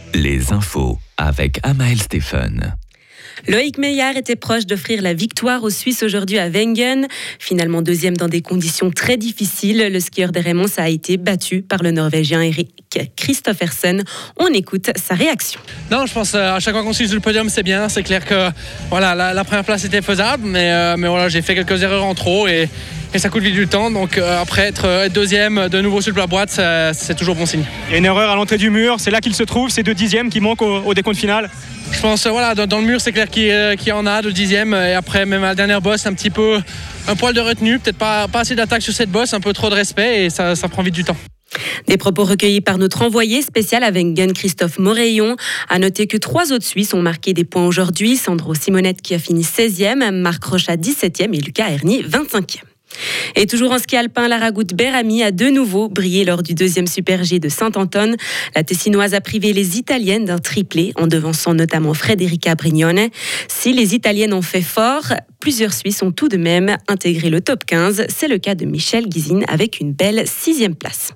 Les infos avec Amael Stéphane. Loïc Meillard était proche d'offrir la victoire aux Suisses aujourd'hui à Wengen. Finalement deuxième dans des conditions très difficiles, le skieur des Rémonts a été battu par le Norvégien Erik Kristoffersen. On écoute sa réaction. Non, je pense à chaque fois qu'on suit sur le podium, c'est bien. C'est clair que voilà, la première place était faisable, mais voilà, j'ai fait quelques erreurs en trop et ça coûte vite du temps. Donc après, être deuxième de nouveau sur le plat-boîte, c'est toujours bon signe. Il y a une erreur à l'entrée du mur, c'est là qu'il se trouve, c'est 2 dixièmes qui manquent au décompte final. Je pense voilà, dans le mur, c'est clair qu'il y en a 2 dixièmes. Et après, même à la dernière bosse, un petit peu un poil de retenue, peut-être pas assez d'attaque sur cette bosse, un peu trop de respect et ça prend vite du temps. Des propos recueillis par notre envoyé spécial à Wengen, Christophe Moreillon. À noter que 3 autres Suisses ont marqué des points aujourd'hui. Sandro Simonette qui a fini 16e, Marc Rochat 17e et Lucas Erny 25e. Et toujours en ski alpin, Lara Gut-Berami a de nouveau brillé lors du 2e Super G de Saint-Anton. La Tessinoise a privé les Italiennes d'un triplé en devançant notamment Frederica Brignone. Si les Italiennes ont fait fort, plusieurs Suisses ont tout de même intégré le top 15. C'est le cas de Michel Guizine avec une belle 6e place.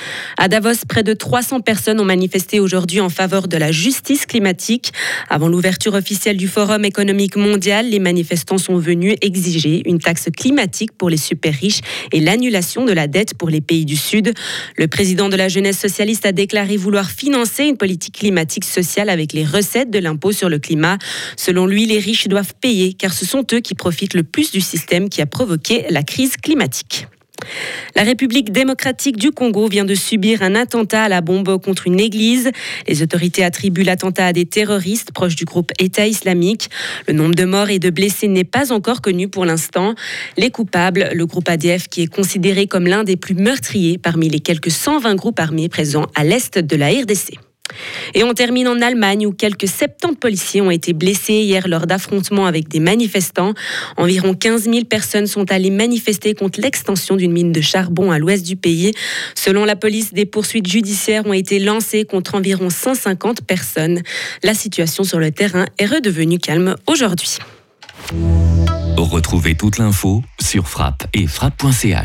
À Davos, près de 300 personnes ont manifesté aujourd'hui en faveur de la justice climatique. Avant l'ouverture officielle du Forum économique mondial, les manifestants sont venus exiger une taxe climatique pour les super riches et l'annulation de la dette pour les pays du Sud. Le président de la jeunesse socialiste a déclaré vouloir financer une politique climatique sociale avec les recettes de l'impôt sur le climat. Selon lui, les riches doivent payer car ce sont eux qui profitent le plus du système qui a provoqué la crise climatique. La République démocratique du Congo vient de subir un attentat à la bombe contre une église. Les autorités attribuent l'attentat à des terroristes proches du groupe État islamique. Le nombre de morts et de blessés n'est pas encore connu pour l'instant. Les coupables, le groupe ADF qui est considéré comme l'un des plus meurtriers parmi les quelques 120 groupes armés présents à l'est de la RDC. Et on termine en Allemagne où quelques 70 policiers ont été blessés hier lors d'affrontements avec des manifestants. Environ 15 000 personnes sont allées manifester contre l'extension d'une mine de charbon à l'ouest du pays. Selon la police, des poursuites judiciaires ont été lancées contre environ 150 personnes. La situation sur le terrain est redevenue calme aujourd'hui. Retrouvez toute l'info sur frappe et frappe.ch.